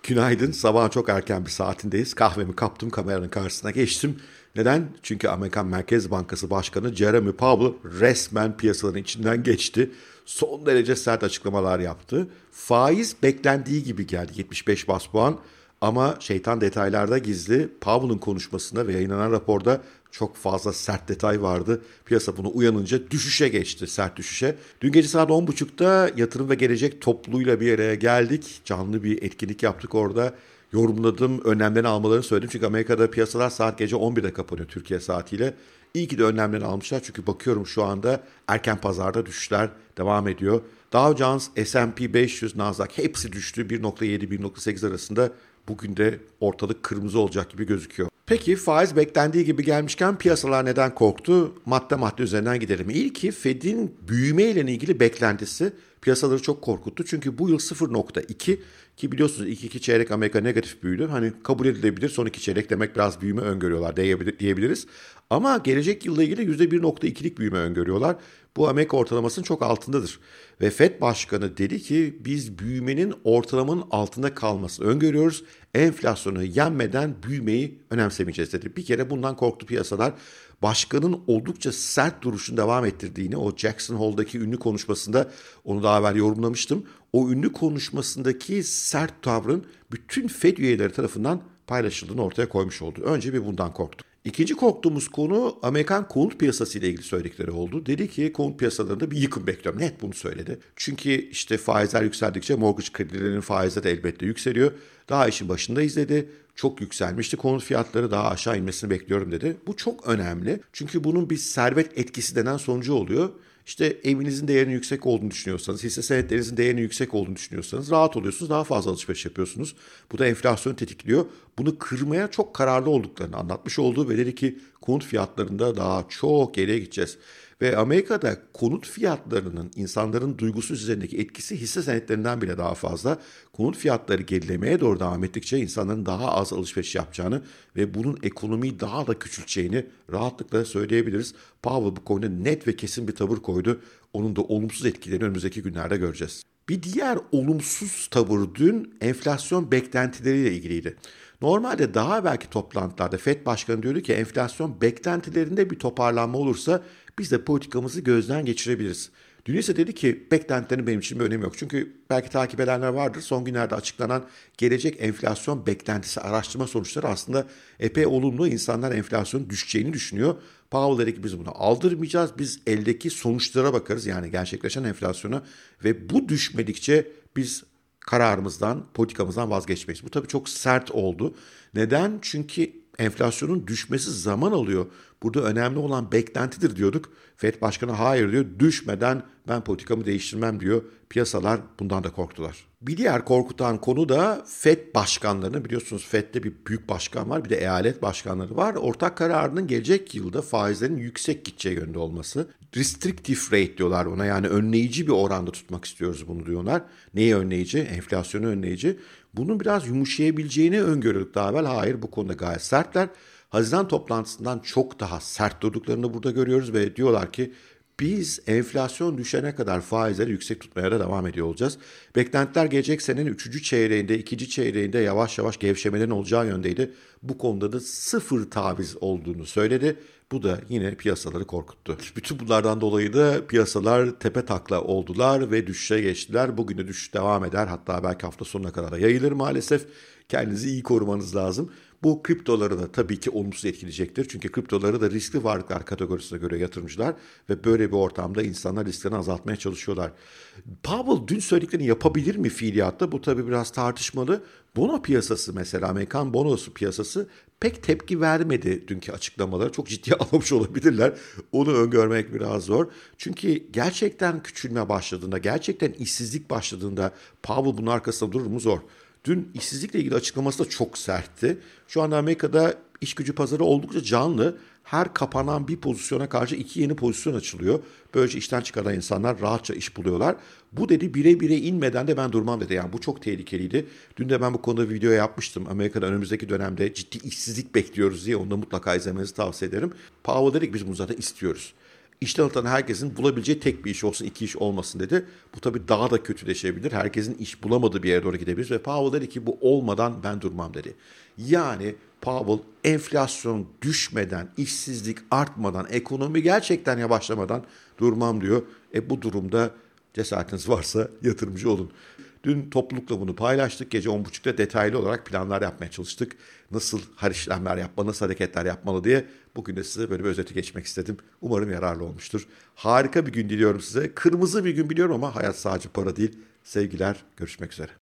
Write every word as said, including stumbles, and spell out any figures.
Günaydın. Sabahın çok erken bir saatindeyiz. Kahvemi kaptım, kameranın karşısına geçtim. Neden? Çünkü Amerikan Merkez Bankası Başkanı Jerome Powell resmen piyasaların içinden geçti. Son derece sert açıklamalar yaptı. Faiz beklendiği gibi geldi, yetmiş beş bas puan. Ama şeytan detaylarda gizli. Powell'ın konuşmasında ve yayınlanan raporda çok fazla sert detay vardı. Piyasa bunu uyanınca düşüşe geçti, sert düşüşe. Dün gece saat on buçukta Yatırım ve Gelecek topluluğuyla bir araya geldik. Canlı bir etkinlik yaptık orada. Yorumladım, önlemlerini almalarını söyledim. Çünkü Amerika'da piyasalar saat gece on birde kapanıyor Türkiye saatiyle. İyi ki de önlemlerini almışlar. Çünkü bakıyorum şu anda erken pazarda düşüşler devam ediyor. Dow Jones, S and P beş yüz, Nasdaq hepsi düştü. bir nokta yedi bir nokta sekiz arasında. Bugün de ortalık kırmızı olacak gibi gözüküyor. Peki faiz beklendiği gibi gelmişken piyasalar neden korktu? Madde madde üzerinden gidelim. İlki Fed'in büyüme ile ilgili beklentisi piyasaları çok korkuttu. Çünkü bu yıl sıfır nokta iki ki biliyorsunuz ilk iki çeyrek Amerika negatif büyüdü. Hani kabul edilebilir, son iki çeyrek demek biraz büyüme öngörüyorlar diyebiliriz. Ama gelecek yılla ilgili yüzde bir nokta ikilik büyüme öngörüyorlar. Bu Amerika ortalamasının çok altındadır. Ve Fed Başkanı dedi ki biz büyümenin ortalamanın altında kalmasını öngörüyoruz. Enflasyonu yenmeden büyümeyi önemsemeyeceğiz dedi. Bir kere bundan korktu piyasalar. Başkanın oldukça sert duruşunu devam ettirdiğini, o Jackson Hole'daki ünlü konuşmasında onu daha evvel yorumlamıştım. O ünlü konuşmasındaki sert tavrın bütün Fed üyeleri tarafından paylaşıldığını ortaya koymuş oldu. Önce bir bundan korktu. İkinci korktuğumuz konu Amerikan konut piyasası ile ilgili söyledikleri oldu. Dedi ki konut piyasalarında bir yıkım bekliyorum. Net bunu söyledi. Çünkü işte faizler yükseldikçe mortgage kredilerinin faizleri de elbette yükseliyor. Daha işin başındayız dedi. Çok yükselmişti konut fiyatları, daha aşağı inmesini bekliyorum dedi. Bu çok önemli. Çünkü bunun bir servet etkisi denen sonucu oluyor. İşte evinizin değerinin yüksek olduğunu düşünüyorsanız, hisse senetlerinizin değerinin yüksek olduğunu düşünüyorsanız rahat oluyorsunuz, daha fazla alışveriş yapıyorsunuz. Bu da enflasyonu tetikliyor. Bunu kırmaya çok kararlı olduklarını anlatmış oldu ve dedi ki konut fiyatlarında daha çok geriye gideceğiz. Ve Amerika'da konut fiyatlarının insanların duygusu üzerindeki etkisi hisse senetlerinden bile daha fazla. Konut fiyatları gerilemeye doğru devam ettikçe insanların daha az alışveriş yapacağını ve bunun ekonomiyi daha da küçülteceğini rahatlıkla söyleyebiliriz. Powell bu konuda net ve kesin bir tavır koydu. Onun da olumsuz etkilerini önümüzdeki günlerde göreceğiz. Bir diğer olumsuz tavır dün enflasyon beklentileriyle ilgiliydi. Normalde daha belki toplantılarda Fed Başkanı diyordu ki enflasyon beklentilerinde bir toparlanma olursa biz de politikamızı gözden geçirebiliriz. Dün ise dedi ki beklentilerin benim için bir önemi yok. Çünkü belki takip edenler vardır. Son günlerde açıklanan gelecek enflasyon beklentisi araştırma sonuçları aslında epey olumlu. İnsanlar enflasyonun düşeceğini düşünüyor. Powell dedi ki biz bunu aldırmayacağız. Biz eldeki sonuçlara bakarız, yani gerçekleşen enflasyona, ve bu düşmedikçe biz kararımızdan, politikamızdan vazgeçmeyiz. Bu tabii çok sert oldu. Neden? Çünkü enflasyonun düşmesi zaman alıyor. Burada önemli olan beklentidir diyorduk. Fed Başkanı hayır diyor, düşmeden ben politikamı değiştirmem diyor. Piyasalar bundan da korktular. Bir diğer korkutan konu da Fed başkanlarını, biliyorsunuz Fed'de bir büyük başkan var, bir de eyalet başkanları var. Ortak kararının gelecek yılda faizlerin yüksek gideceği yönde olması. Restrictive rate diyorlar ona, yani önleyici bir oranda tutmak istiyoruz bunu diyorlar. Neyi önleyici? Enflasyonu önleyici. Bunun biraz yumuşayabileceğini öngörüyorduk daha evvel. Hayır, bu konuda gayet sertler. Haziran toplantısından çok daha sert durduklarını burada görüyoruz ve diyorlar ki biz enflasyon düşene kadar faizleri yüksek tutmaya da devam ediyor olacağız. Beklentiler gelecek senenin üçüncü çeyreğinde, ikinci çeyreğinde yavaş yavaş gevşemelerin olacağı yöndeydi. Bu konuda da sıfır taviz olduğunu söyledi. Bu da yine piyasaları korkuttu. Bütün bunlardan dolayı da piyasalar tepe takla oldular ve düşüşe geçtiler. Bugün de düşüş devam eder. Hatta belki hafta sonuna kadar da yayılır maalesef. Kendinizi iyi korumanız lazım. Bu kriptoları da tabii ki olumsuz etkileyecektir. Çünkü kriptoları da riskli varlıklar kategorisine göre yatırımcılar ve böyle bir ortamda insanlar risklerini azaltmaya çalışıyorlar. Powell dün söylediklerini yapabilir mi fiiliyatta? Bu tabii biraz tartışmalı. Bono piyasası mesela, Amerikan bonosu piyasası pek tepki vermedi dünkü açıklamaları. Çok ciddiye almış olabilirler. Onu öngörmek biraz zor. Çünkü gerçekten küçülme başladığında, gerçekten işsizlik başladığında Powell bunun arkasında durur mu? Zor. Dün işsizlikle ilgili açıklaması da çok sertti. Şu anda Amerika'da iş gücü pazarı oldukça canlı. Her kapanan bir pozisyona karşı iki yeni pozisyon açılıyor. Böylece işten çıkaran insanlar rahatça iş buluyorlar. Bu dedi bire bire inmeden de ben durmam dedi. Yani bu çok tehlikeliydi. Dün de ben bu konuda video yapmıştım. Amerika'da önümüzdeki dönemde ciddi işsizlik bekliyoruz diye, onu da mutlaka izlemenizi tavsiye ederim. Powell dedi ki biz bunu zaten istiyoruz. İşten atılan herkesin bulabileceği tek bir iş olsun, iki iş olmasın dedi. Bu tabii daha da kötüleşebilir. Herkesin iş bulamadığı bir yere doğru gidebiliriz. Ve Powell dedi ki bu olmadan ben durmam dedi. Yani Powell enflasyon düşmeden, işsizlik artmadan, ekonomi gerçekten yavaşlamadan durmam diyor. E bu durumda cesaretiniz varsa yatırımcı olun. Dün toplulukla bunu paylaştık. Gece on buçukta detaylı olarak planlar yapmaya çalıştık. Nasıl işlemler yapmalı, nasıl hareketler yapmalı diye. Bugün de size böyle bir özeti geçmek istedim. Umarım yararlı olmuştur. Harika bir gün diliyorum size. Kırmızı bir gün biliyorum ama hayat sadece para değil. Sevgiler, görüşmek üzere.